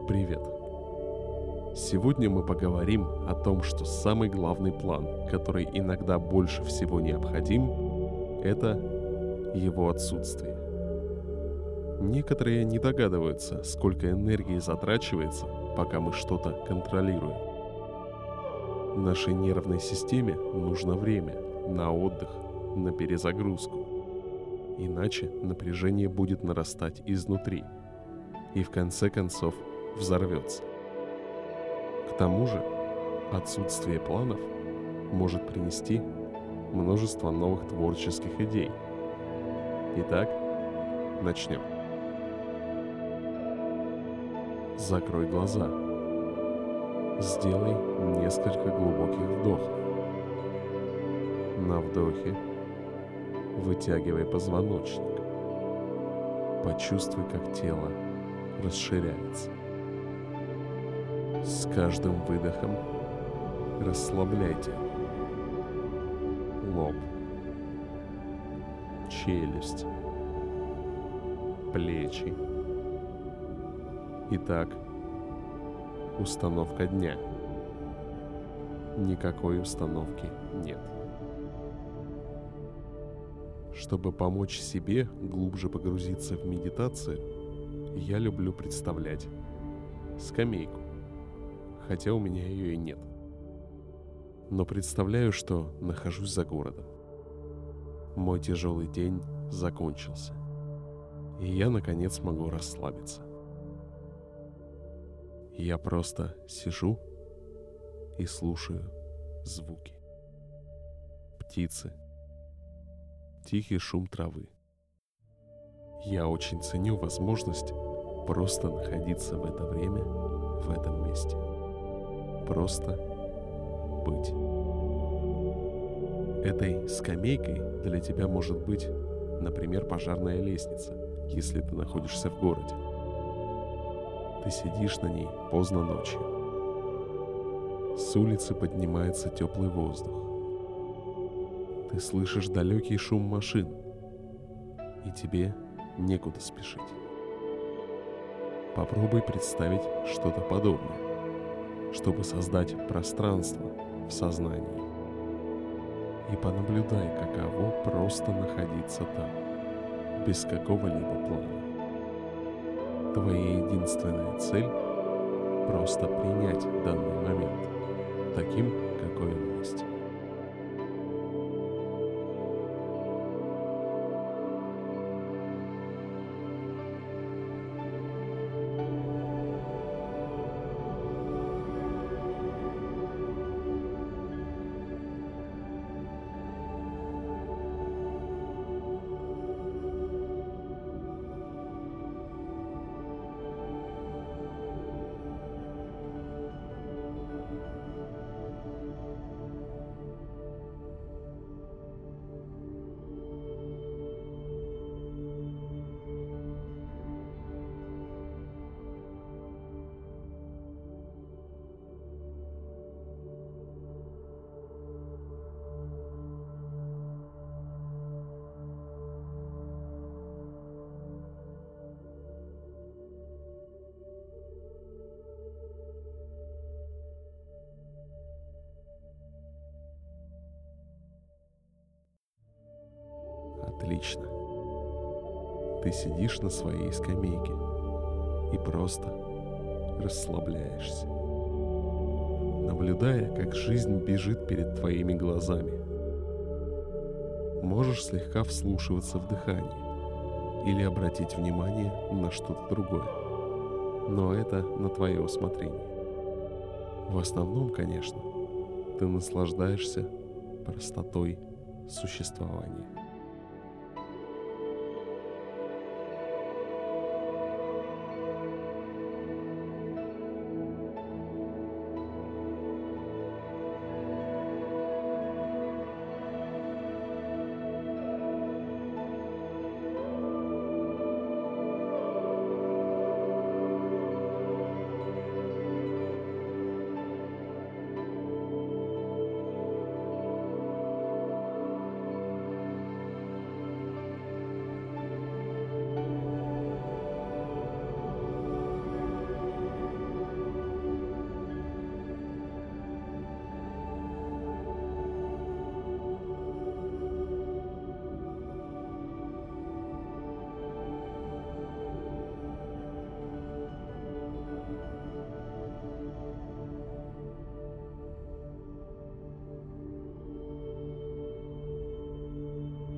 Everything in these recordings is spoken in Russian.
Привет! Сегодня мы поговорим о том, что самый главный план, который иногда больше всего необходим, это его отсутствие. Некоторые не догадываются, сколько энергии затрачивается, пока мы что-то контролируем. Нашей нервной системе нужно время на отдых, на перезагрузку. Иначе напряжение будет нарастать изнутри и в конце концов взорвется. К тому же отсутствие планов может принести множество новых творческих идей. Итак, начнем. Закрой глаза. Сделай несколько глубоких вдохов. На вдохе вытягивай позвоночник. Почувствуй, как тело расширяется. С каждым выдохом расслабляйте лоб, челюсть, плечи. Итак, установка дня. Никакой установки нет. Чтобы помочь себе глубже погрузиться в медитацию, я люблю представлять скамейку, хотя у меня ее и нет. Но представляю, что нахожусь за городом. Мой тяжелый день закончился, и я наконец могу расслабиться. Я просто сижу и слушаю звуки. Птицы, тихий шум травы. Я очень ценю возможность просто находиться в это время, в этом месте. Просто быть. Этой скамейкой для тебя может быть, например, пожарная лестница, если ты находишься в городе. Ты сидишь на ней поздно ночью. С улицы поднимается теплый воздух. Ты слышишь далекий шум машин, и тебе некуда спешить. Попробуй представить что-то подобное, чтобы создать пространство в сознании. И понаблюдай, каково просто находиться там, без какого-либо плана. Твоя единственная цель — просто принять данный момент таким, какой он есть. Отлично. Ты сидишь на своей скамейке и просто расслабляешься, наблюдая, как жизнь бежит перед твоими глазами. Можешь слегка вслушиваться в дыхание или обратить внимание на что-то другое, но это на твое усмотрение. В основном, конечно, ты наслаждаешься простотой существования.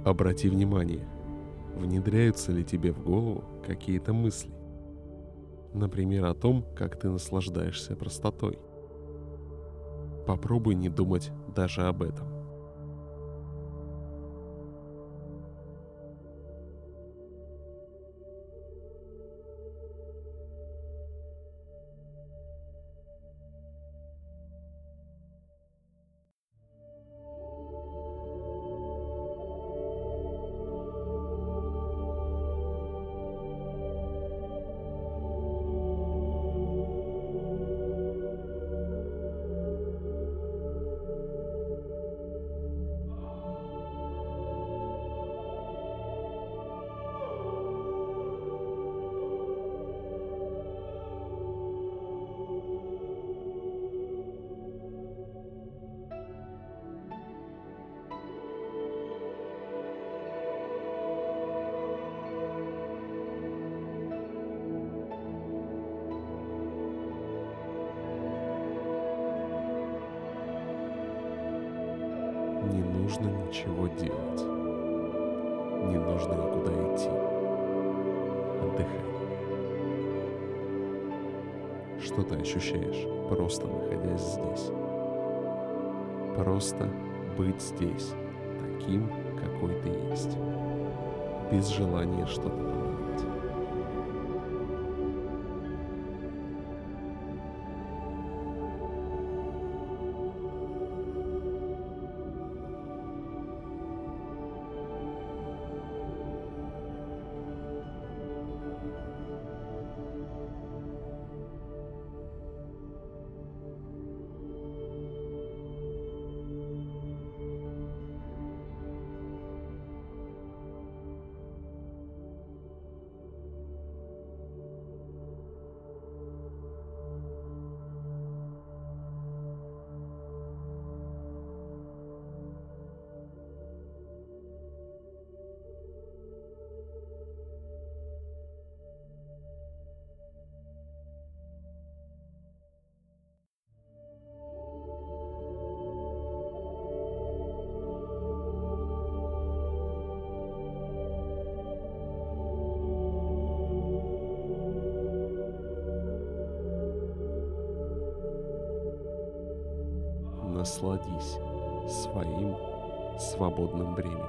Обрати внимание, внедряются ли тебе в голову какие-то мысли. Например, о том, как ты наслаждаешься простотой. Попробуй не думать даже об этом. Не нужно ничего делать. Не нужно никуда идти. Отдыхай. Что ты ощущаешь, просто находясь здесь? Просто быть здесь, таким, какой ты есть. Без желания что-то поменять. Насладись своим свободным временем.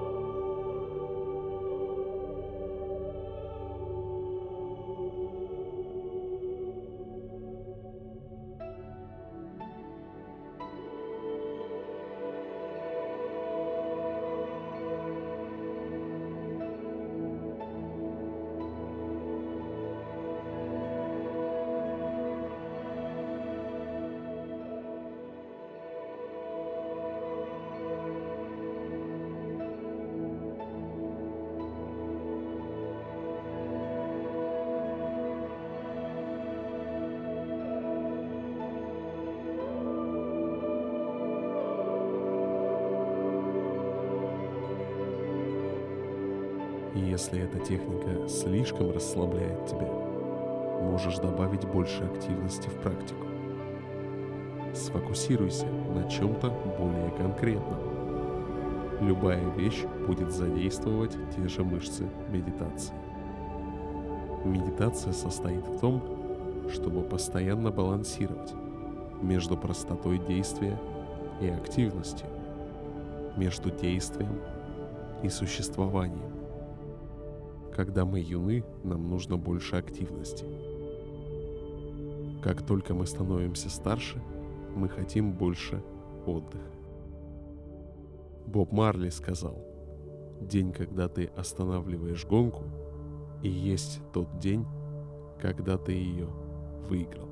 И если эта техника слишком расслабляет тебя, можешь добавить больше активности в практику. Сфокусируйся на чем-то более конкретном. Любая вещь будет задействовать те же мышцы медитации. Медитация состоит в том, чтобы постоянно балансировать между простотой действия и активностью, между действием и существованием. Когда мы юны, нам нужно больше активности. Как только мы становимся старше, мы хотим больше отдыха. Боб Марли сказал: «День, когда ты останавливаешь гонку, и есть тот день, когда ты ее выиграл».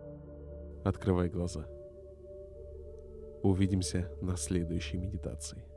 Открывай глаза. Увидимся на следующей медитации.